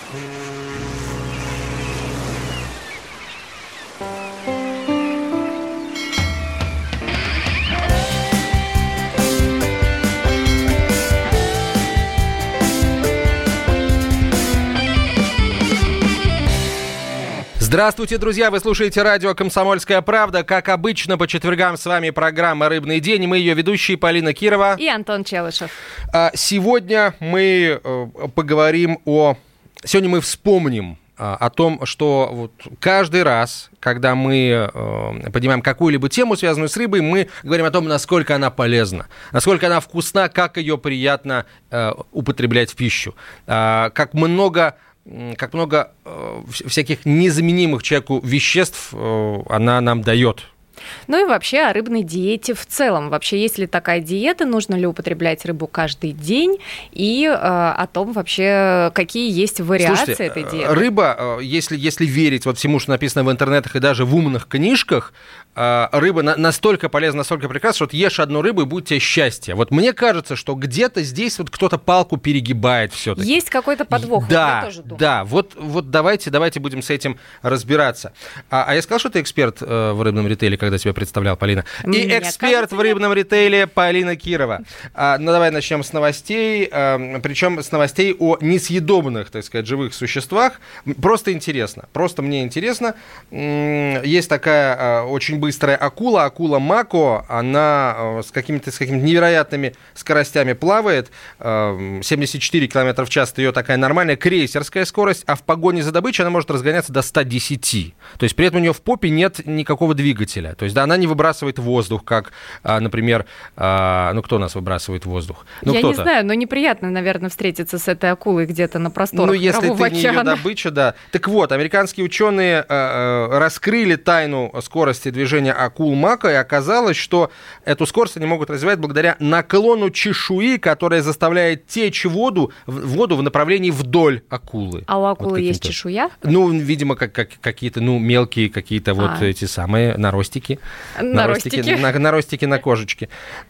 Здравствуйте, друзья! Вы слушаете радио «Комсомольская правда». Как обычно, по четвергам с вами программа «Рыбный день». Мы ее ведущие Полина Кирова и Антон Челышев. Сегодня мы поговорим Сегодня мы вспомним о том, что вот каждый раз, когда мы поднимаем какую-либо тему, связанную с рыбой, мы говорим о том, насколько она полезна, насколько она вкусна, как ее приятно употреблять в пищу, как много всяких незаменимых человеку веществ она нам дает. Ну и вообще о рыбной диете в целом. Вообще, есть ли такая диета, нужно ли употреблять рыбу каждый день, и о том вообще, какие есть вариации. Слушайте, этой диеты. Рыба, если верить вот всему, что написано в интернетах и даже в умных книжках, рыба настолько полезна, настолько прекрасна, что вот ешь одну рыбу, и будет тебе счастье. Вот мне кажется, что где-то здесь вот кто-то палку перегибает все-таки. Есть какой-то подвох, да, я тоже думаю. Да, вот давайте будем с этим разбираться. А я сказал, что ты эксперт в рыбном ритейле, когда тебя представлял, Полина. И эксперт в рыбном ритейле Полина Кирова. Ну, давай начнем с новостей, причем с новостей о несъедобных, так сказать, живых существах. Просто интересно, мне интересно. Есть такая очень быстрая акула мако, она с какими-то невероятными скоростями плавает, 74 км в час, это ее такая нормальная крейсерская скорость, а в погоне за добычей она может разгоняться до 110. То есть при этом у нее в попе нет никакого двигателя. То есть да, она не выбрасывает воздух, как, например, кто у нас выбрасывает воздух? Я не знаю, но неприятно, наверное, встретиться с этой акулой где-то на просторах если ты не ее добыча, да. Так вот, американские ученые раскрыли тайну скорости движения акул мако, и оказалось, что эту скорость они могут развивать благодаря наклону чешуи, которая заставляет течь воду в направлении вдоль акулы. А у акулы есть чешуя? Видимо, какие-то мелкие эти самые наростики. Наростики на кожечке.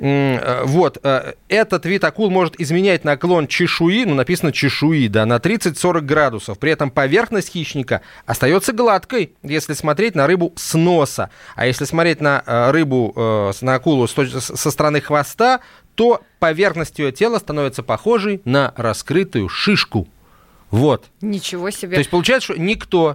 Вот. Этот вид акул может изменять наклон чешуи, написано чешуи, да, на 30-40 градусов. При этом поверхность хищника остается гладкой, если смотреть на рыбу с носа. А если смотреть на рыбу, на акулу со стороны хвоста, то поверхность ее тела становится похожей на раскрытую шишку. Вот. Ничего себе. То есть получается, что никто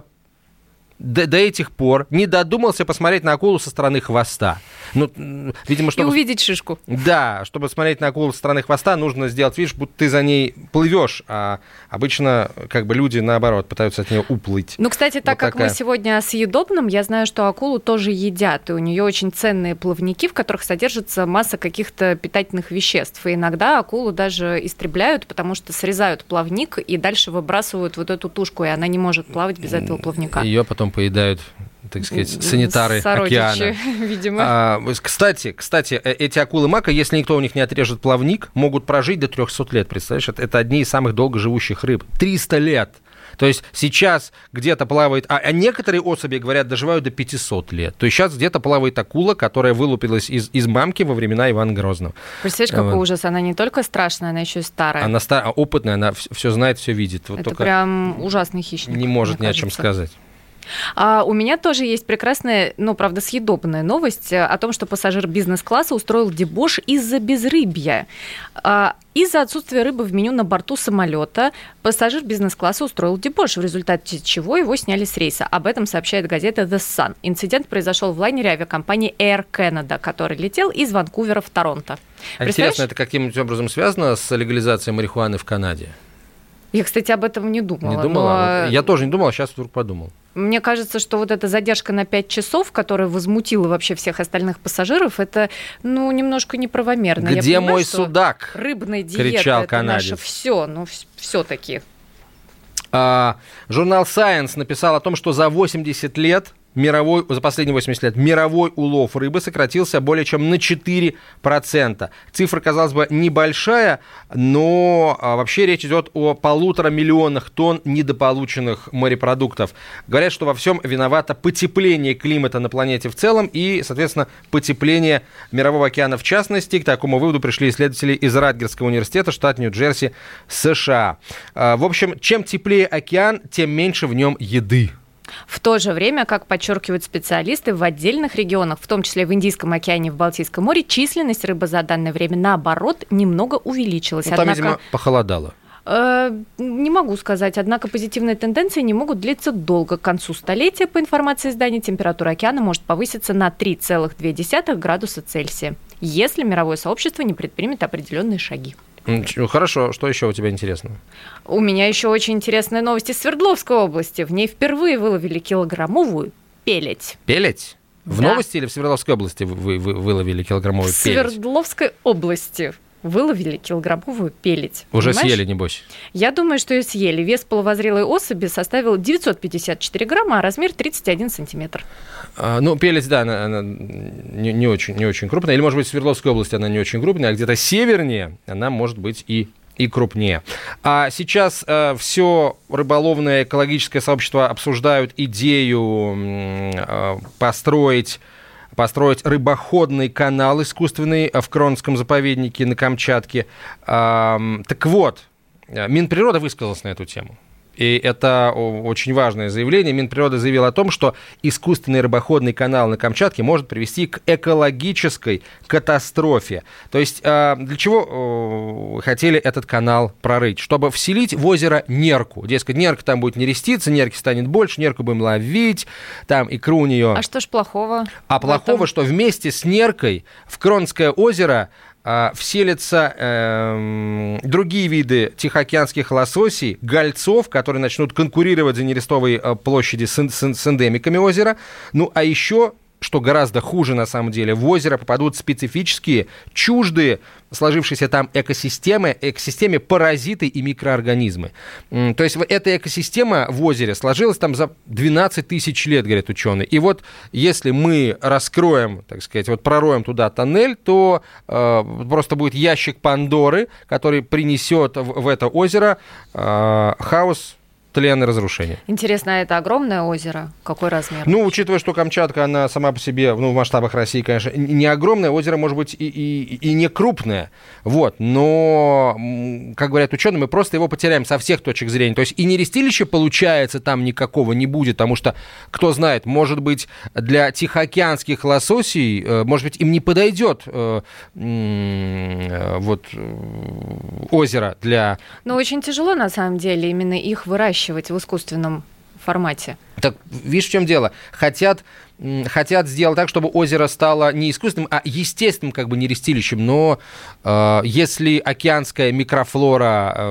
до этих пор не додумался посмотреть на акулу со стороны хвоста. Видимо, чтобы... И увидеть шишку. Да, чтобы смотреть на акулу со стороны хвоста, нужно сделать вид, будто ты за ней плывешь, а обычно люди, наоборот, пытаются от нее уплыть. Кстати, так как мы сегодня о съедобном, я знаю, что акулу тоже едят, и у нее очень ценные плавники, в которых содержится масса каких-то питательных веществ. И иногда акулу даже истребляют, потому что срезают плавник и дальше выбрасывают вот эту тушку, и она не может плавать без этого плавника. Ее потом поедают, так сказать, санитары океана. Видимо. Кстати, эти акулы мако, если никто у них не отрежет плавник, могут прожить до 300 лет. Представляешь, это одни из самых долгоживущих рыб. 300 лет. То есть сейчас где-то плавает, а некоторые особи, говорят, доживают до 500 лет. То есть сейчас где-то плавает акула, которая вылупилась из мамки во времена Ивана Грозного. Представляешь, какой ужас. Она не только страшная, она еще и старая. Она опытная, она все знает, все видит. Это прям ужасный хищник. Не может ни о чем сказать. У меня тоже есть прекрасная, правда, съедобная новость о том, что пассажир бизнес-класса устроил дебош из-за безрыбья. Из-за отсутствия рыбы в меню на борту самолета пассажир бизнес-класса устроил дебош, в результате чего его сняли с рейса. Об этом сообщает газета The Sun. Инцидент произошел в лайнере авиакомпании Air Canada, который летел из Ванкувера в Торонто. Интересно, это каким-нибудь образом связано с легализацией марихуаны в Канаде? Я, кстати, об этом не думала. Не думала? Но... Я тоже не думала, а сейчас вдруг подумал. Мне кажется, что вот эта задержка на 5 часов, которая возмутила вообще всех остальных пассажиров, это, немножко неправомерно. Где Я понимаю, мой судак? Рыбная диета, кричал это канадец. Наше все, все-таки. Журнал Science написал о том, что за 80 лет за последние 80 лет мировой улов рыбы сократился более чем на 4%. Цифра, казалось бы, небольшая, но вообще речь идет о 1,5 миллиона тонн недополученных морепродуктов. Говорят, что во всем виновато потепление климата на планете в целом и, соответственно, потепление Мирового океана в частности. К такому выводу пришли исследователи из Ратгерского университета, штат Нью-Джерси, США. В общем, чем теплее океан, тем меньше в нем еды. В то же время, как подчеркивают специалисты, в отдельных регионах, в том числе в Индийском океане и в Балтийском море, численность рыбы за данное время, наоборот, немного увеличилась. Там, видимо, похолодало. Не могу сказать, однако позитивные тенденции не могут длиться долго. К концу столетия, по информации издания, температура океана может повыситься на 3,2 градуса Цельсия, если мировое сообщество не предпримет определенные шаги. Хорошо, что еще у тебя интересно? У меня еще очень интересная новость из Свердловской области. В ней впервые выловили килограммовую пеледь. Пеледь? В новости или в Свердловской области вы выловили килограммовую пеледь? В Свердловской области выловили килограммовую пеледь. Уже съели, небось? Я думаю, что и съели. Вес половозрелой особи составил 954 грамма, а размер 31 сантиметр. Пеледь, да, она не очень крупная. Или, может быть, в Свердловской области она не очень крупная, а где-то севернее она может быть и крупнее. А сейчас все рыболовное экологическое сообщество обсуждают идею построить рыбоходный канал искусственный в Кронском заповеднике на Камчатке. Так вот, Минприрода высказалась на эту тему. И это очень важное заявление. Минприрода заявил о том, что искусственный рыбоходный канал на Камчатке может привести к экологической катастрофе. То есть для чего хотели этот канал прорыть? Чтобы вселить в озеро нерку. Дескать, нерка там будет нереститься, нерки станет больше, нерку будем ловить, там икру у нее. А что ж плохого? А плохого, что вместе с неркой в Кронское озеро вселятся другие виды тихоокеанских лососей, гольцов, которые начнут конкурировать за нерестовые площади с эндемиками озера. Ну, а еще, что гораздо хуже на самом деле, в озеро попадут специфические, чуждые сложившиеся там экосистеме паразиты и микроорганизмы. То есть эта экосистема в озере сложилась там за 12 тысяч лет, говорят ученые. И вот если мы раскроем, так сказать, вот пророем туда тоннель, то просто будет ящик Пандоры, который принесет в это озеро хаос, тлен и разрушение. Интересно, а это огромное озеро? Какой размер? Учитывая, что Камчатка, она сама по себе, в масштабах России, конечно, не огромное, озеро может быть и не крупное. Вот. Но, как говорят ученые, мы просто его потеряем со всех точек зрения. То есть и нерестилища, получается, там никакого не будет, потому что, кто знает, может быть, для тихоокеанских лососей, может быть, им не подойдет озеро для... очень тяжело, на самом деле, именно их выращивать в искусственном формате. Так, видишь, в чем дело? Хотят сделать так, чтобы озеро стало не искусственным, а естественным, как бы нерестилищем. Но если океанская микрофлора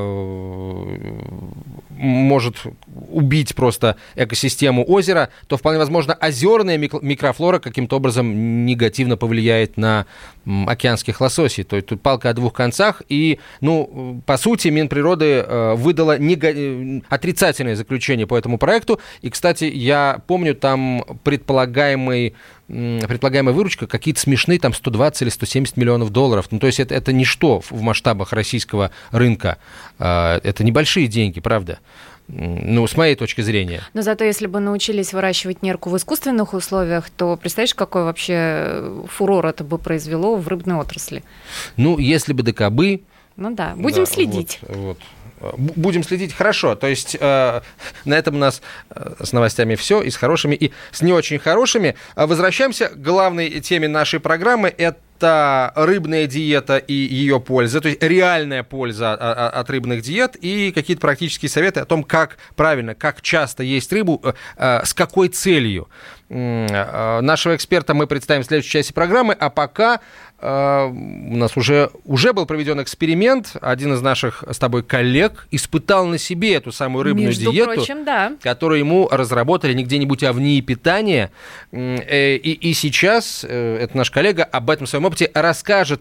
может убить просто экосистему озера, то вполне возможно озерная микрофлора каким-то образом негативно повлияет на океанских лососей. То есть тут палка о двух концах. И, по сути, Минприроды выдала отрицательное заключение по этому проекту. И, кстати, я помню, там предполагаемая выручка какие-то смешные, там 120 или 170 миллионов долларов. То есть это ничто в масштабах российского рынка. Это небольшие деньги, правда? С моей точки зрения. Но зато если бы научились выращивать нерку в искусственных условиях, то представляешь, какой вообще фурор это бы произвело в рыбной отрасли? Если бы докабы. Будем следить. Будем следить, хорошо. То есть на этом у нас с новостями все, и с хорошими, и с не очень хорошими. Возвращаемся к главной теме нашей программы. Это рыбная диета и ее польза, то есть реальная польза от рыбных диет и какие-то практические советы о том, как правильно, как часто есть рыбу, с какой целью. Нашего эксперта мы представим в следующей части программы, а пока у нас уже был проведен эксперимент. Один из наших с тобой коллег испытал на себе эту самую рыбную диету, прочим, да, которую ему разработали не где-нибудь, а в НИИ питания. И сейчас этот наш коллега об этом своем опыте расскажет.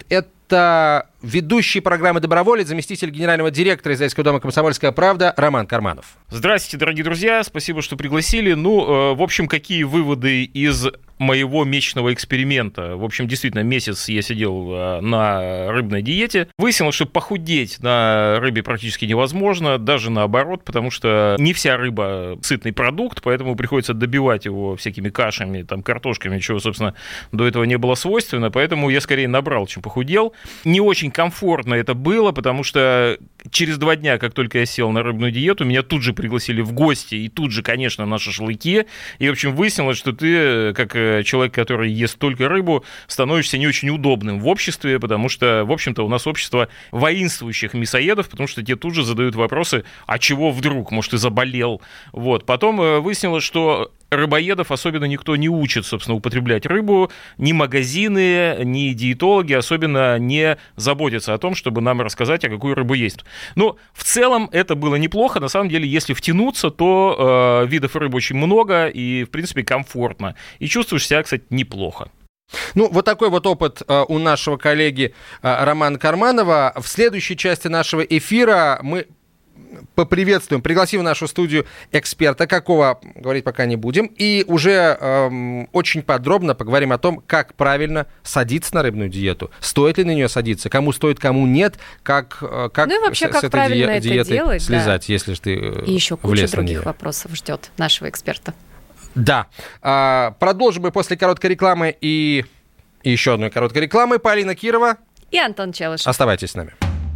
Это ведущий программы «Доброволец», заместитель генерального директора издательского дома «Комсомольская правда» Роман Карманов. Здравствуйте, дорогие друзья, спасибо, что пригласили. В общем, какие выводы из моего месячного эксперимента? В общем, действительно, месяц я сидел на рыбной диете. Выяснилось, что похудеть на рыбе практически невозможно, даже наоборот, потому что не вся рыба сытный продукт, поэтому приходится добивать его всякими кашами, там, картошками, чего, собственно, до этого не было свойственно, поэтому я скорее набрал, чем похудел. Не очень комфортно это было, потому что через 2 дня, как только я сел на рыбную диету, меня тут же пригласили в гости, и тут же, конечно, на шашлыки. И, в общем, выяснилось, что ты, как человек, который ест только рыбу, становишься не очень удобным в обществе, потому что, в общем-то, у нас общество воинствующих мясоедов, потому что тебе тут же задают вопросы, а чего вдруг, может, ты заболел? Вот. Потом выяснилось, что рыбоедов особенно никто не учит, собственно, употреблять рыбу. Ни магазины, ни диетологи особенно не заботятся о том, чтобы нам рассказать, а какую рыбу есть. Но в целом это было неплохо. На самом деле, если втянуться, то видов рыбы очень много и, в принципе, комфортно. И чувствуешь себя, кстати, неплохо. Вот такой вот опыт у нашего коллеги Романа Карманова. В следующей части нашего эфира мы пригласим в нашу студию эксперта, какого говорить пока не будем, и уже очень подробно поговорим о том, как правильно садиться на рыбную диету, стоит ли на нее садиться, кому стоит, кому нет, как и вообще, как с правильно этой диеты делать, слезать, если ты и еще куча других вопросов ждет нашего эксперта. Да. Продолжим мы после короткой рекламы и еще одной короткой рекламы. Полина Кирова и Антон Челышев. Оставайтесь с нами.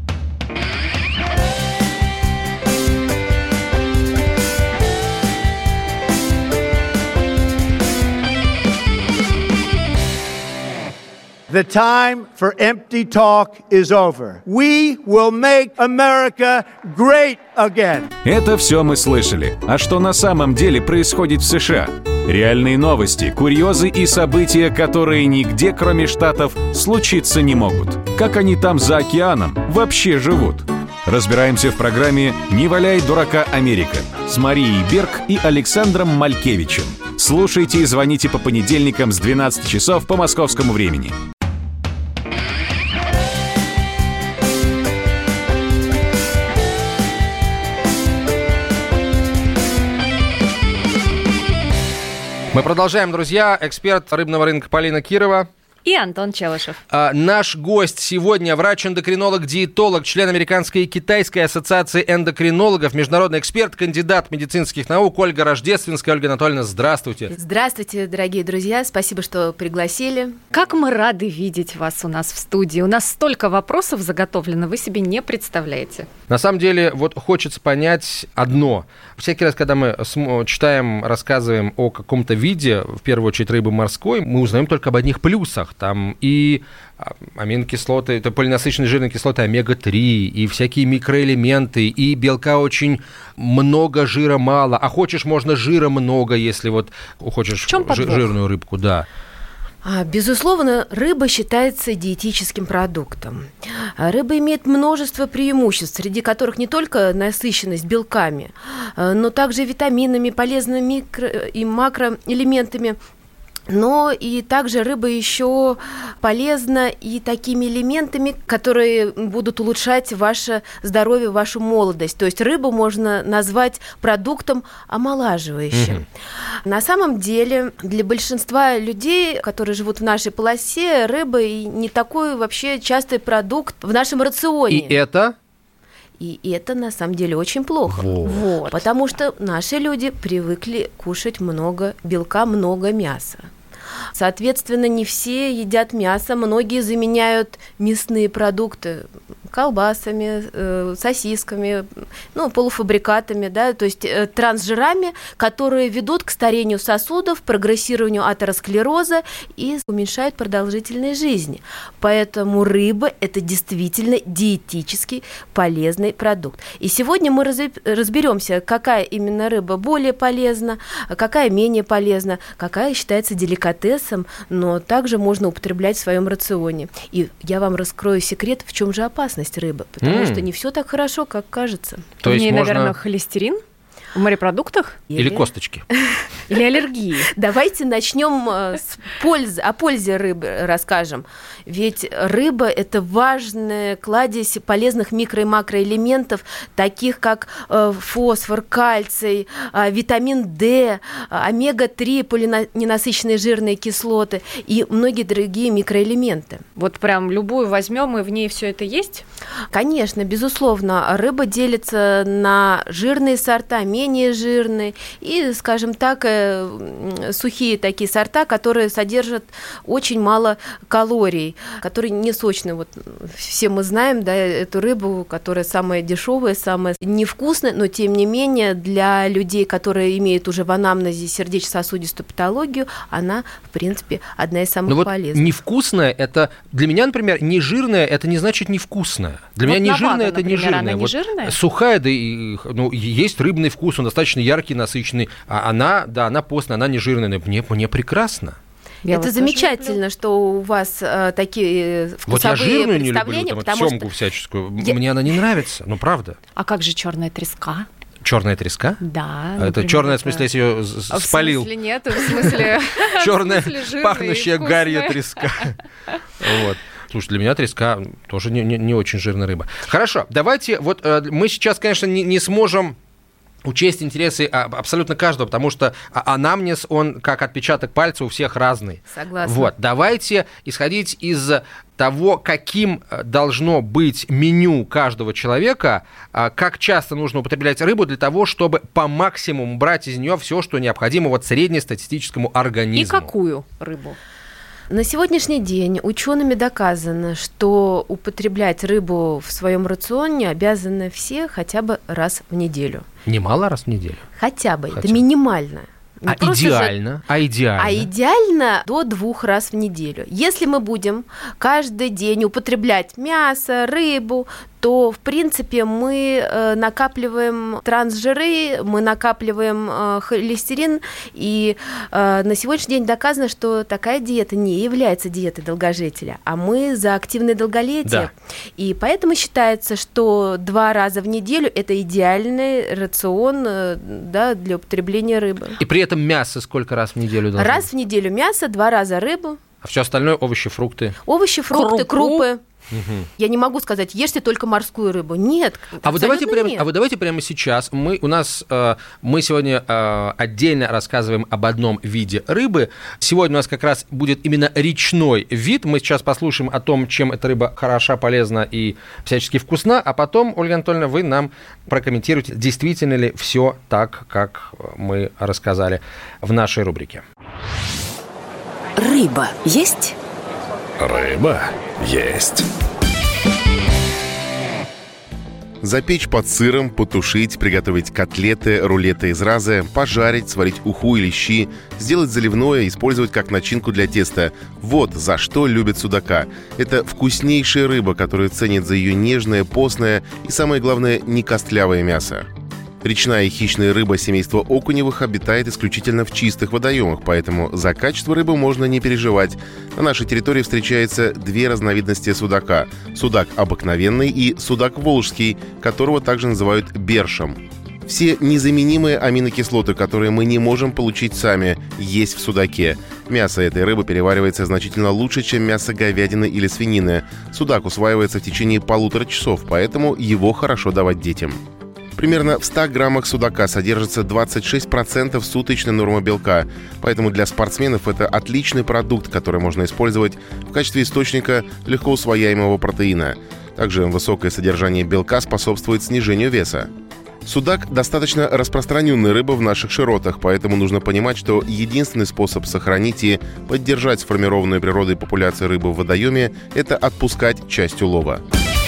The time for empty talk is over. We will make America great again. Это все мы слышали. А что на самом деле происходит в США? Реальные новости, курьезы и события, которые нигде, кроме Штатов, случиться не могут. Как они там за океаном вообще живут? Разбираемся в программе «Не валяй дурака, Америка» с Марией Берг и Александром Малькевичем. Слушайте и звоните по понедельникам с 12 часов по московскому времени. Мы продолжаем, друзья. Эксперт рыбного рынка Полина Кирова и Антон Челышев. Наш гость сегодня врач-эндокринолог-диетолог, член Американской и Китайской ассоциации эндокринологов, международный эксперт, кандидат медицинских наук Ольга Рождественская. Ольга Анатольевна, здравствуйте. Здравствуйте, дорогие друзья. Спасибо, что пригласили. Как мы рады видеть вас у нас в студии. У нас столько вопросов заготовлено, вы себе не представляете. На самом деле, вот хочется понять одно. Всякий раз, когда мы читаем, рассказываем о каком-то виде, в первую очередь рыбы морской, мы узнаем только об одних плюсах. Там и аминокислоты, это полиненасыщенные жирные кислоты омега-3, и всякие микроэлементы, и белка очень много, жира мало. А хочешь, можно жира много, если вот хочешь жирную рыбку, да. Безусловно, рыба считается диетическим продуктом. Рыба имеет множество преимуществ, среди которых не только насыщенность белками, но также витаминами, полезными микро- и макроэлементами. Но и также рыба еще полезна и такими элементами, которые будут улучшать ваше здоровье, вашу молодость. То есть рыбу можно назвать продуктом омолаживающим. На самом деле для большинства людей, которые живут в нашей полосе, рыба не такой вообще частый продукт в нашем рационе. И это, на самом деле, очень плохо. Вот. Потому что наши люди привыкли кушать много белка, много мяса. Соответственно, не все едят мясо, многие заменяют мясные продукты колбасами, сосисками, полуфабрикатами, да, то есть трансжирами, которые ведут к старению сосудов, прогрессированию атеросклероза и уменьшают продолжительность жизни. Поэтому рыба – это действительно диетически полезный продукт. И сегодня мы разберемся, какая именно рыба более полезна, какая менее полезна, какая считается деликатесом, но также можно употреблять в своем рационе. И я вам раскрою секрет, в чем же опасность рыбы, потому что не все так хорошо, как кажется. То есть в ней, можно... наверное, холестерин в морепродуктах? Или косточки. Или аллергии? Давайте начнем о пользе рыбы расскажем. Ведь рыба – это важная кладезь полезных микро- и макроэлементов, таких как фосфор, кальций, витамин D, омега-3, полиненасыщенные жирные кислоты и многие другие микроэлементы. Вот прям любую возьмем, и в ней все это есть? Конечно, безусловно. Рыба делится на жирные сорта, менее жирные и, скажем так, сухие такие сорта, которые содержат очень мало калорий, которые не сочные. Вот все мы знаем, да, эту рыбу, которая самая дешевая, самая невкусная, но тем не менее для людей, которые имеют уже в анамнезе сердечно-сосудистую патологию, она, в принципе, одна из самых полезных. Вот невкусная, это для меня, например, не жирная, это не значит невкусная. Для меня не жирная, это не жирная. Она не жирная? Сухая, да и есть рыбный вкус, он достаточно яркий, насыщенный, а она постная, она не жирная, но мне прекрасно. Это замечательно, что у вас такие вкусовые вот я жирную не представления, люблю, семгу всяческую. Мне она не нравится, правда. А как же черная треска? Черная треска? Да. Это черная, в смысле, если ее спалил? В смысле нет, в смысле черная, пахнущая гарью треска. Вот. Слушай, для меня треска тоже не очень жирная рыба. Хорошо, давайте, вот мы сейчас, конечно, не сможем учесть интересы абсолютно каждого, потому что анамнез, он как отпечаток пальца у всех разный. Согласна. Вот, давайте исходить из того, каким должно быть меню каждого человека, как часто нужно употреблять рыбу для того, чтобы по максимуму брать из нее все, что необходимо среднестатистическому организму. И какую рыбу? На сегодняшний день учеными доказано, что употреблять рыбу в своем рационе обязаны все хотя бы раз в неделю. Немало раз в неделю? Хотя бы. Это минимально. Идеально? Идеально до 2 раз в неделю. Если мы будем каждый день употреблять мясо, рыбу, то, в принципе, мы накапливаем трансжиры, мы накапливаем холестерин, и на сегодняшний день доказано, что такая диета не является диетой долгожителя, а мы за активное долголетие. Да. И поэтому считается, что 2 раза в неделю – это идеальный рацион, да, для употребления рыбы. И при этом мясо сколько раз в неделю должно быть? Раз в неделю мясо, 2 раза рыбу. А все остальное овощи, фрукты? Овощи, фрукты, крупы. Угу. Я не могу сказать, ешьте только морскую рыбу. Нет, вы давайте прямо сейчас. Мы сегодня отдельно рассказываем об одном виде рыбы. Сегодня у нас как раз будет именно речной вид. Мы сейчас послушаем о том, чем эта рыба хороша, полезна и всячески вкусна. А потом, Ольга Анатольевна, вы нам прокомментируете, действительно ли все так, как мы рассказали в нашей рубрике. Рыба есть? Рыба есть. Запечь под сыром, потушить, приготовить котлеты, рулеты из раза, пожарить, сварить уху или щи, сделать заливное, использовать как начинку для теста. Вот за что любят судака. Это вкуснейшая рыба, которую ценят за ее нежное, постное и, самое главное, не костлявое мясо. Речная и хищная рыба семейства окуневых обитает исключительно в чистых водоемах, поэтому за качество рыбы можно не переживать. На нашей территории встречаются 2 разновидности судака. Судак обыкновенный и судак волжский, которого также называют бершем. Все незаменимые аминокислоты, которые мы не можем получить сами, есть в судаке. Мясо этой рыбы переваривается значительно лучше, чем мясо говядины или свинины. Судак усваивается в течение 1,5 часа, поэтому его хорошо давать детям. Примерно в 100 граммах судака содержится 26% суточной нормы белка, поэтому для спортсменов это отличный продукт, который можно использовать в качестве источника легко усвояемого протеина. Также высокое содержание белка способствует снижению веса. Судак – достаточно распространенная рыба в наших широтах, поэтому нужно понимать, что единственный способ сохранить и поддержать сформированную природой популяцию рыбы в водоеме – это отпускать часть улова.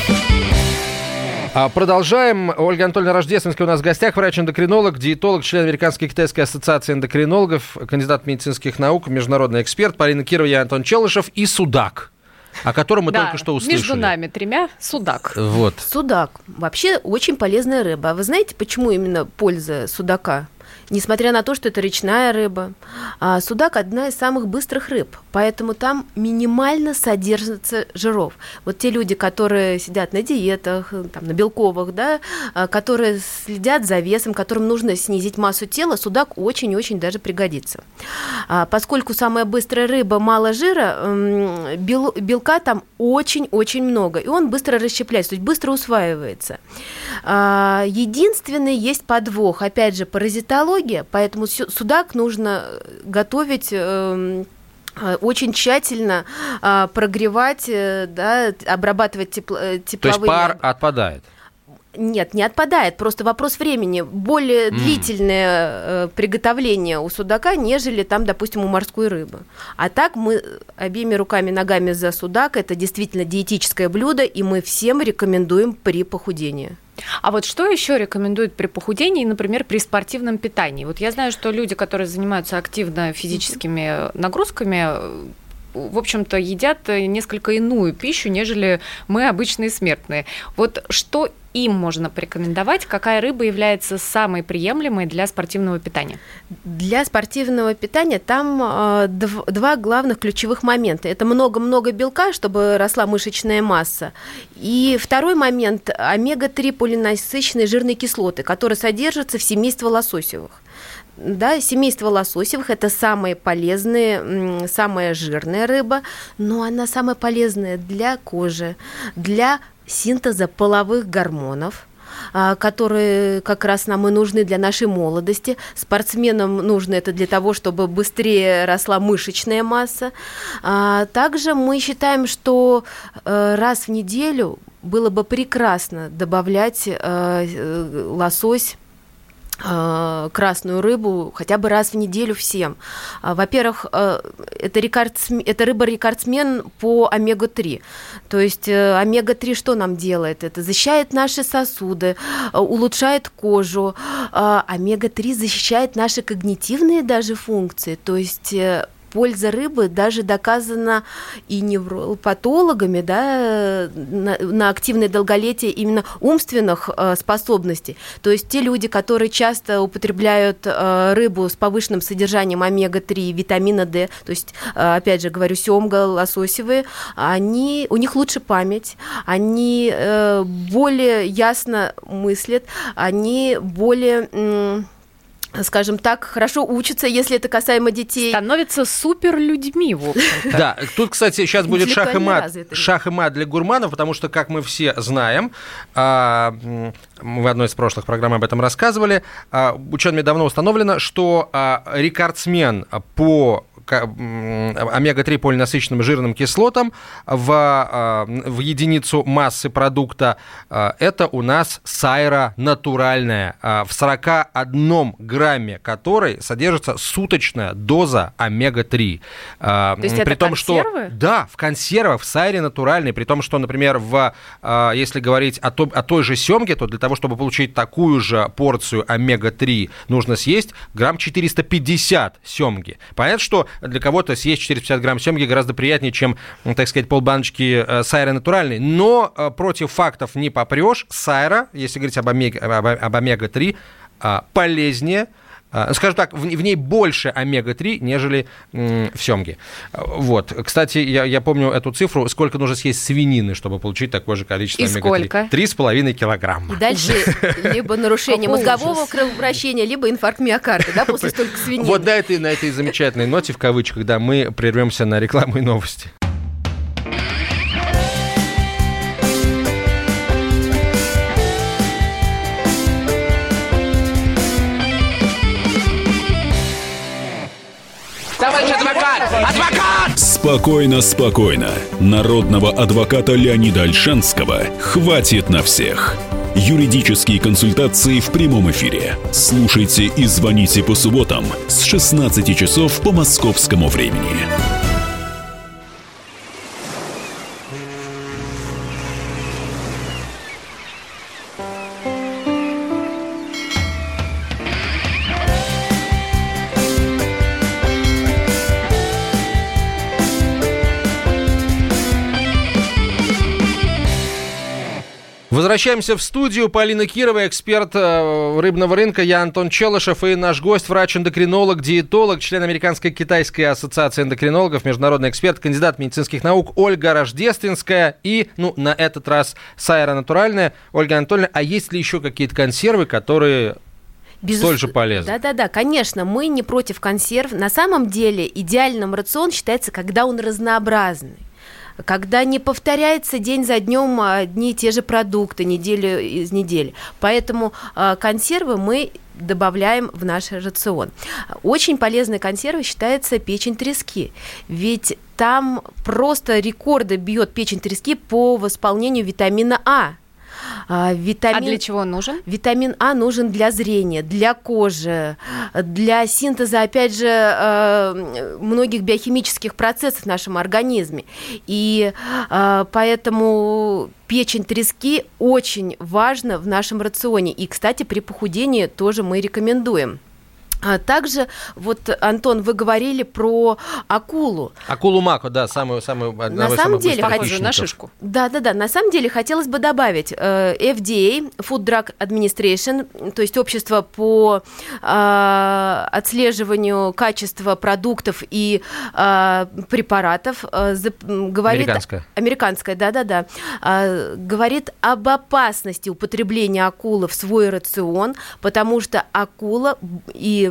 Продолжаем. Ольга Анатольевна Рождественская у нас в гостях, врач-эндокринолог, диетолог, член Американской китайской ассоциации эндокринологов, кандидат медицинских наук, международный эксперт Полина Кирова, я Антон Челышев и судак, о котором мы только что услышали. Между нами 3 судак. Вот. Судак. Вообще очень полезная рыба. А вы знаете, почему именно польза судака? несмотря на то, что это речная рыба. Судак – одна из самых быстрых рыб, поэтому там минимально содержится жиров. Вот те люди, которые сидят на диетах, там, на белковых, да, которые следят за весом, которым нужно снизить массу тела, судак очень-очень даже пригодится. Поскольку самая быстрая рыба, мало жира, белка там очень-очень много, и он быстро расщепляется, то есть быстро усваивается. Единственный есть подвох, опять же, паразитология, поэтому судак нужно готовить очень тщательно, прогревать, да, обрабатывать тепловыми... То есть пар отпадает? Нет, не отпадает, просто вопрос времени. Более длительное приготовление у судака, нежели там, допустим, у морской рыбы. А так мы обеими руками, ногами за судак. Это действительно диетическое блюдо, и мы всем рекомендуем при похудении. А вот что еще рекомендуют при похудении, например, при спортивном питании? Вот я знаю, что люди, которые занимаются активно физическими нагрузками, в общем-то, едят несколько иную пищу, нежели мы, обычные смертные. Вот что им можно порекомендовать? Какая рыба является самой приемлемой для спортивного питания? Для спортивного питания там два главных ключевых момента. Это много-много белка, чтобы росла мышечная масса. И второй момент – омега-3 полиненасыщенные жирные кислоты, которые содержатся в семействе лососевых. Да, семейство лососевых – это самая полезная, самая жирная рыба, но она самая полезная для кожи, для синтеза половых гормонов, которые как раз нам и нужны для нашей молодости. Спортсменам нужно это для того, чтобы быстрее росла мышечная масса. Также мы считаем, что раз в неделю было бы прекрасно добавлять лосось, красную рыбу хотя бы раз в неделю всем. Во-первых, это рыба-рекордсмен по омега-3. То есть омега-3 что нам делает? Это защищает наши сосуды, улучшает кожу. Омега-3 защищает наши когнитивные даже функции. То есть польза рыбы даже доказана и невропатологами, да, на активное долголетие именно умственных способностей. То есть те люди, которые часто употребляют рыбу с повышенным содержанием омега-3, витамина D, то есть, опять же, говорю, сёмга, лососевые, у них лучше память, они более ясно мыслят, они более... скажем так, хорошо учатся, если это касаемо детей. Становятся суперлюдьми, в общем-то. Да, тут, кстати, сейчас будет шах и мат для гурманов, потому что, как мы все знаем, мы в одной из прошлых программ об этом рассказывали, учеными давно установлено, что рекордсмен по омега-3 полиненасыщенным жирным кислотам в единицу массы продукта это у нас сайра натуральная, в 41 грамме которой содержится суточная доза омега-3. То есть это консервы? Да, в консервах, в сайре натуральной, при том, что, например, если говорить о той же сёмге, то для того, чтобы получить такую же порцию омега-3, нужно съесть грамм 450 сёмги. Понятно, что для кого-то съесть 450 грамм сёмги гораздо приятнее, чем, так сказать, полбаночки сайры натуральной. Но против фактов не попрешь. Сайра, если говорить об омега-3, полезнее, скажем так, в ней больше омега-3, нежели в сёмге. Вот. Кстати, я помню эту цифру, сколько нужно съесть свинины, чтобы получить такое же количество омега-3. Сколько? 3,5 килограмма. И дальше либо нарушение мозгового кровообращения, либо инфаркт миокарда, да, после столько свинины. Вот на этой замечательной ноте, в кавычках, да, мы прервемся на рекламу и новости. Товарищ адвокат! Адвокат! Спокойно, спокойно. Народного адвоката Леонида Ольшанского хватит на всех. Юридические консультации в прямом эфире. Слушайте и звоните по субботам с 16 часов по московскому времени. Возвращаемся в студию. Полина Кирова, эксперт рыбного рынка. Я Антон Челышев. И наш гость, врач-эндокринолог, диетолог, член Американско-Китайской ассоциации эндокринологов, международный эксперт, кандидат медицинских наук Ольга Рождественская. И, на этот раз Сайра Натуральная. Ольга Анатольевна, а есть ли еще какие-то консервы, которые... столь же полезно. Да, конечно, мы не против консерв. На самом деле идеальным рацион считается, когда он разнообразный. Когда не повторяется день за днем одни и те же продукты, неделю из недели. Поэтому консервы мы добавляем в наш рацион. Очень полезной консервой считается печень трески. Ведь там просто рекорды бьет печень трески по восполнению витамина А. А для чего он нужен? Витамин А нужен для зрения, для кожи, для синтеза, опять же, многих биохимических процессов в нашем организме. И поэтому печень трески очень важна в нашем рационе. И, кстати, при похудении тоже мы рекомендуем. Также, Антон, вы говорили про акулу. Акулу мако, да, самую на самом деле, похожую на шишку. Да, на самом деле хотелось бы добавить FDA, Food Drug Administration, то есть общество по отслеживанию качества продуктов и препаратов, говорит... Американская, да. Говорит об опасности употребления акулы в свой рацион, потому что акула и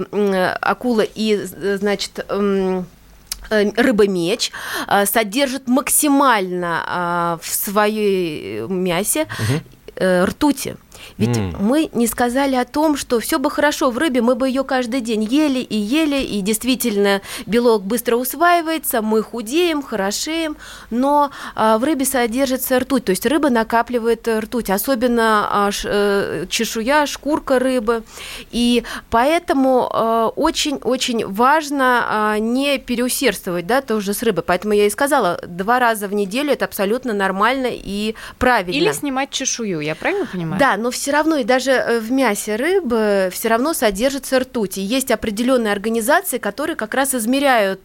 рыба-меч содержит максимально в своем мясе ртути. Ведь мы не сказали о том, что все бы хорошо в рыбе, мы бы ее каждый день ели, и действительно белок быстро усваивается, мы худеем, хорошеем, но в рыбе содержится ртуть, то есть рыба накапливает ртуть, особенно чешуя, шкурка рыбы, и поэтому очень-очень важно не переусердствовать, да, тоже с рыбой, поэтому я и сказала, 2 раза в неделю это абсолютно нормально и правильно. Или снимать чешую, я правильно понимаю? Да, но все равно и даже в мясе рыбы все равно содержится ртуть. И есть определенные организации, которые как раз измеряют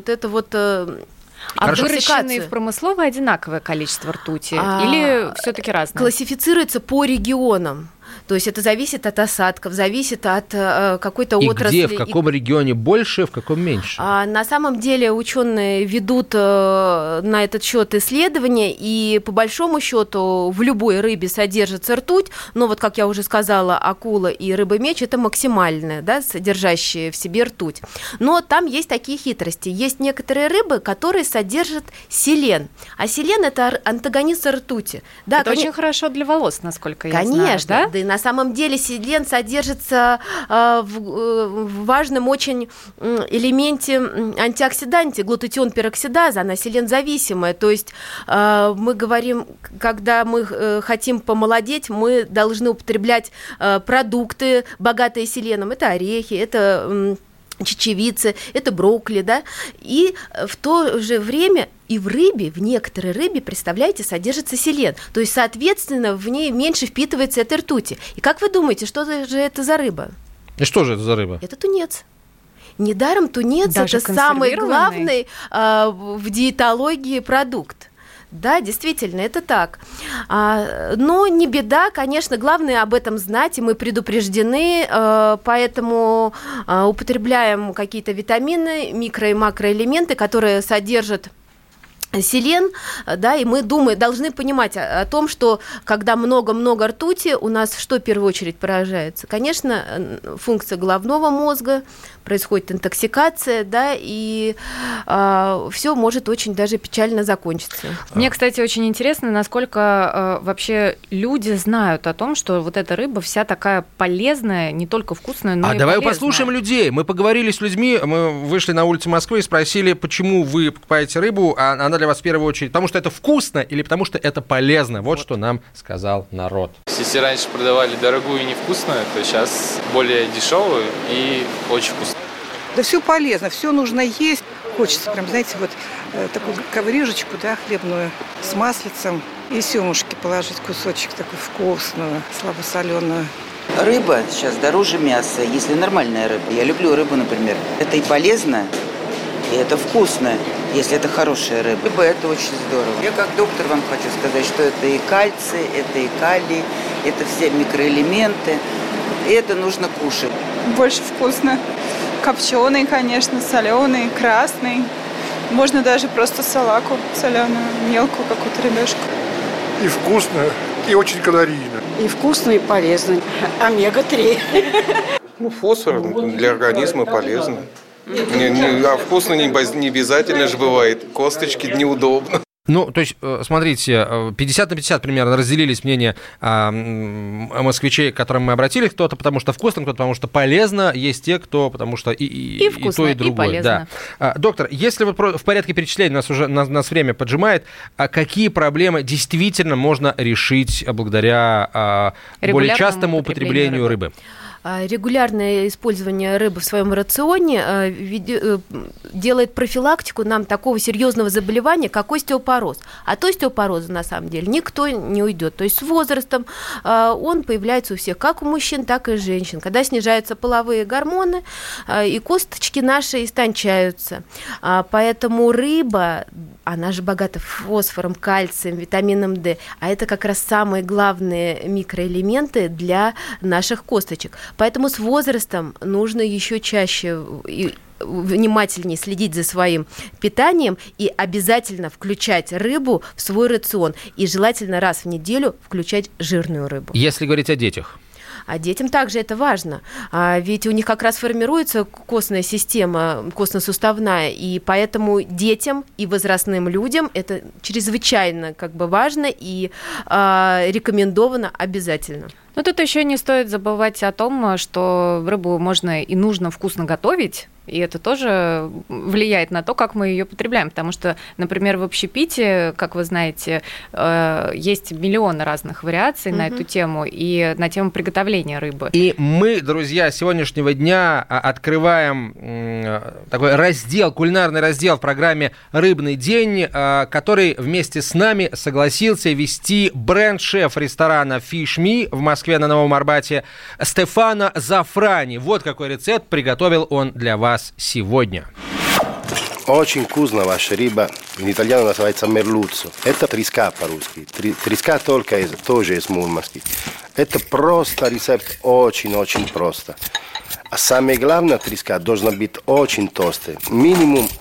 выращенные в промысловое одинаковое количество ртути или все-таки разное? Классифицируется по регионам. То есть это зависит от осадков, зависит от какой-то отрасли. И где, в каком регионе больше, в каком меньше? На самом деле ученые ведут на этот счет исследования, и по большому счету в любой рыбе содержится ртуть, но как я уже сказала, акула и рыба-меч – это максимальная, да, содержащие в себе ртуть. Но там есть такие хитрости. Есть некоторые рыбы, которые содержат селен, а селен – это антагонист ртути. Да, это очень хорошо для волос, насколько я знаю. Конечно, да, и на самом деле селен содержится в важном очень элементе антиоксиданте, глутатион-пероксидаза, она селензависимая. То есть мы говорим, когда мы хотим помолодеть, мы должны употреблять продукты, богатые селеном. Это орехи, это чечевицы, это брокколи, да, и в то же время и в рыбе, в некоторой рыбе, представляете, содержится селен, то есть, соответственно, в ней меньше впитывается этой ртути. И как вы думаете, что же это за рыба? И что же это за рыба? Это тунец. Недаром тунец – это самый главный в диетологии продукт. Да, действительно, это так. Но не беда, конечно, главное об этом знать, и мы предупреждены, поэтому употребляем какие-то витамины, микро- и макроэлементы, которые содержат селен, да, и мы должны понимать о том, что когда много-много ртути, у нас что в первую очередь поражается? Конечно, функция головного мозга, происходит интоксикация, да, и все может очень даже печально закончиться. Мне, кстати, очень интересно, насколько вообще люди знают о том, что вот эта рыба вся такая полезная, не только вкусная, но и давай полезная. Послушаем людей. Мы поговорили с людьми, мы вышли на улицы Москвы и спросили, почему вы покупаете рыбу, а она для вас в первую очередь потому, что это вкусно или потому, что это полезно. Вот что нам сказал народ. Если раньше продавали дорогую и невкусную, то сейчас более дешевую и очень вкусную. Да все полезно, все нужно есть. Хочется прям, знаете, такую коврижечку, да, хлебную с маслицем и семушки положить кусочек такой вкусную, слабосоленую. Рыба сейчас дороже мяса, если нормальная рыба. Я люблю рыбу, например. Это и полезно, и это вкусно. если это хорошая рыба. Рыба – это очень здорово. Я как доктор вам хочу сказать, что это и кальций, это и калий, это все микроэлементы. И это нужно кушать. Больше вкусно. Копченый, конечно, соленый, красный. Можно даже просто салаку соленую, мелкую какую-то рыбешку. И вкусно, и очень калорийно. И вкусно, и полезно. Омега-3. Фосфор для организма полезно. А вкусно не обязательно же бывает. Косточки неудобно. Ну, то есть, смотрите, 50 на 50 примерно разделились мнения москвичей, к которым мы обратились. Кто-то потому что вкусно, кто-то потому что полезно. Есть те, кто потому что и вкусно, и то, и другое. И полезно. Да. Доктор, если вот в порядке перечислений нас время поджимает, какие проблемы действительно можно решить благодаря более частому употреблению рыбы? Регулярное использование рыбы в своем рационе делает профилактику нам такого серьезного заболевания, как остеопороз. От остеопороза, на самом деле, никто не уйдет. То есть с возрастом он появляется у всех, как у мужчин, так и у женщин. Когда снижаются половые гормоны, и косточки наши истончаются. Поэтому рыба, она же богата фосфором, кальцием, витамином D, а это как раз самые главные микроэлементы для наших косточек. Поэтому с возрастом нужно еще чаще и внимательнее следить за своим питанием и обязательно включать рыбу в свой рацион. И желательно раз в неделю включать жирную рыбу. Если говорить о детях. А детям также это важно, ведь у них как раз формируется костная система, костно-суставная, и поэтому детям и возрастным людям это чрезвычайно важно и рекомендовано обязательно. Но тут еще не стоит забывать о том, что рыбу можно и нужно вкусно готовить, и это тоже влияет на то, как мы ее потребляем. Потому что, например, в общепите, как вы знаете, есть миллионы разных вариаций на эту тему и на тему приготовления рыбы. И мы, друзья, с сегодняшнего дня открываем такой раздел, кулинарный раздел в программе «Рыбный день», который вместе с нами согласился вести бренд-шеф ресторана Fish Me в Москве на Новом Арбате Стефано Зафрани. Вот какой рецепт приготовил он для вас сегодня. Очень вкусно ваша рыба. В итальяно называется мерлуццо. Это треска по-русски. Треска тоже из Мурманска. Это просто рецепт, очень-очень просто. А самое главное, треска должна быть очень толстая. Минимум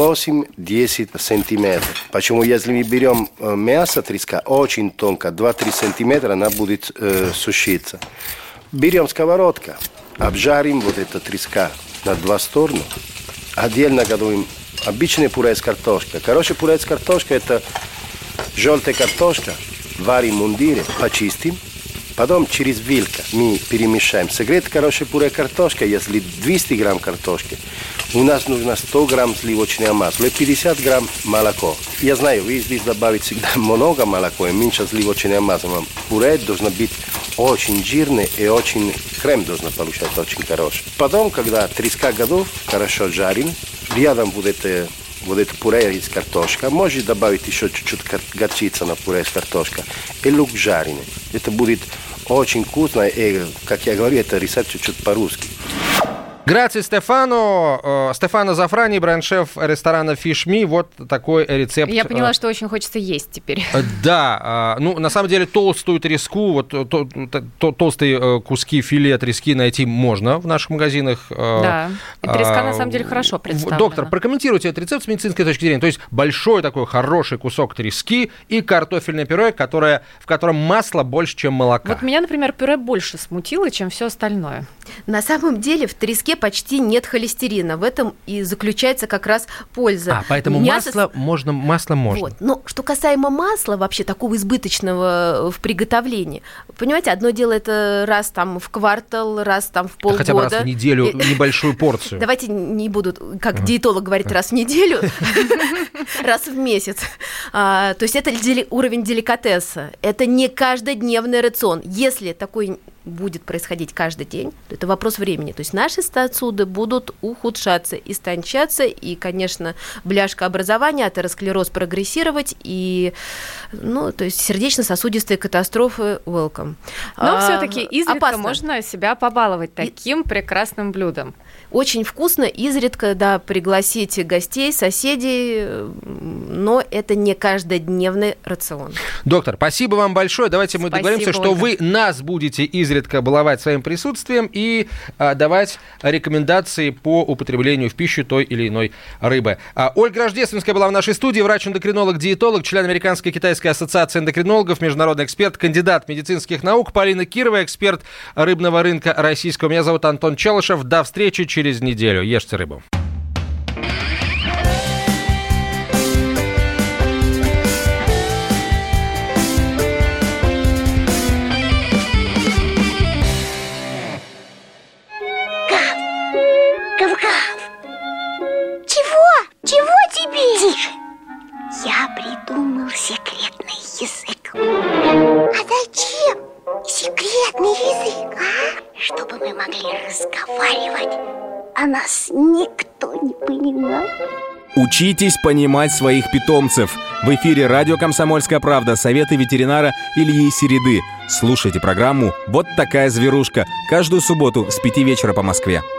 8-10 сантиметров. Почему, если мы берем мясо треска очень тонко, 2-3 сантиметра, она будет сушиться. Берем сковородку, обжарим вот эту треска на 2 стороны. Отдельно готовим обычное пюре с картошкой. Пюре с картошкой – это желтая картошка. Варим в мундире, почистим. Потом через вилку мы перемешаем. Согреть пюре картошка, если 200 грамм картошки, у нас нужно 100 грамм сливочного масла и 50 грамм молоко. Я знаю, вы здесь добавите всегда много молока и меньше сливочного масла. Пюре должно быть очень жирный и очень крем должен получаться очень хороший. Потом, когда треска готов, хорошо жарим, рядом вот это пюре из картошки. Можете добавить еще чуть-чуть горчицы на пюре с картошкой. И лук жареный. Это будет очень вкусно. И, как я говорю, это рецепт чуть-чуть по-русски. Грация Стефано. Стефано Зафрани, бренд-шеф ресторана Fish Me. Вот такой рецепт. Я поняла, что очень хочется есть теперь. Да. На самом деле, толстую треску, толстые куски филе трески найти можно в наших магазинах. Да. И треска, на самом деле, хорошо представлена. Доктор, прокомментируйте этот рецепт с медицинской точки зрения. То есть, большой такой хороший кусок трески и картофельное пюре, в котором масло больше, чем молока. Вот меня, например, пюре больше смутило, чем все остальное. На самом деле, в треске почти нет холестерина. В этом и заключается как раз польза. Поэтому масло можно. Вот. Но что касаемо масла, вообще такого избыточного в приготовлении, понимаете, одно дело это раз в квартал, раз в полгода. Хотя бы раз в неделю небольшую порцию. Давайте не буду, как диетолог говорит, раз в неделю, раз в месяц. То есть это уровень деликатеса. Это не каждодневный рацион. Если такой будет происходить каждый день, то это вопрос времени. То есть наши сосуды будут ухудшаться, истончаться, и, конечно, бляшкообразование, атеросклероз прогрессировать, и, то есть сердечно-сосудистые катастрофы welcome. Но все-таки изредка можно себя побаловать таким прекрасным блюдом. Очень вкусно, изредка, да, пригласите гостей, соседей, но это не каждодневный рацион. Доктор, спасибо вам большое. Давайте мы договоримся, что вы нас будете изредка баловать своим присутствием и давать рекомендации по употреблению в пищу той или иной рыбы. Ольга Рождественская была в нашей студии, врач-эндокринолог, диетолог, член Американской и Китайской ассоциации эндокринологов, международный эксперт, кандидат медицинских наук. Полина Кирова, эксперт рыбного рынка российского. Меня зовут Антон Челышев. До встречи через неделю. Ешьте рыбу. Чего тебе? Тише. Я придумал секретный язык. А зачем секретный язык, а? Чтобы мы могли разговаривать, а нас никто не понимает. Учитесь понимать своих питомцев. В эфире радио «Комсомольская правда». Советы ветеринара Ильи Середы. Слушайте программу «Вот такая зверушка» каждую субботу с 5 вечера по Москве.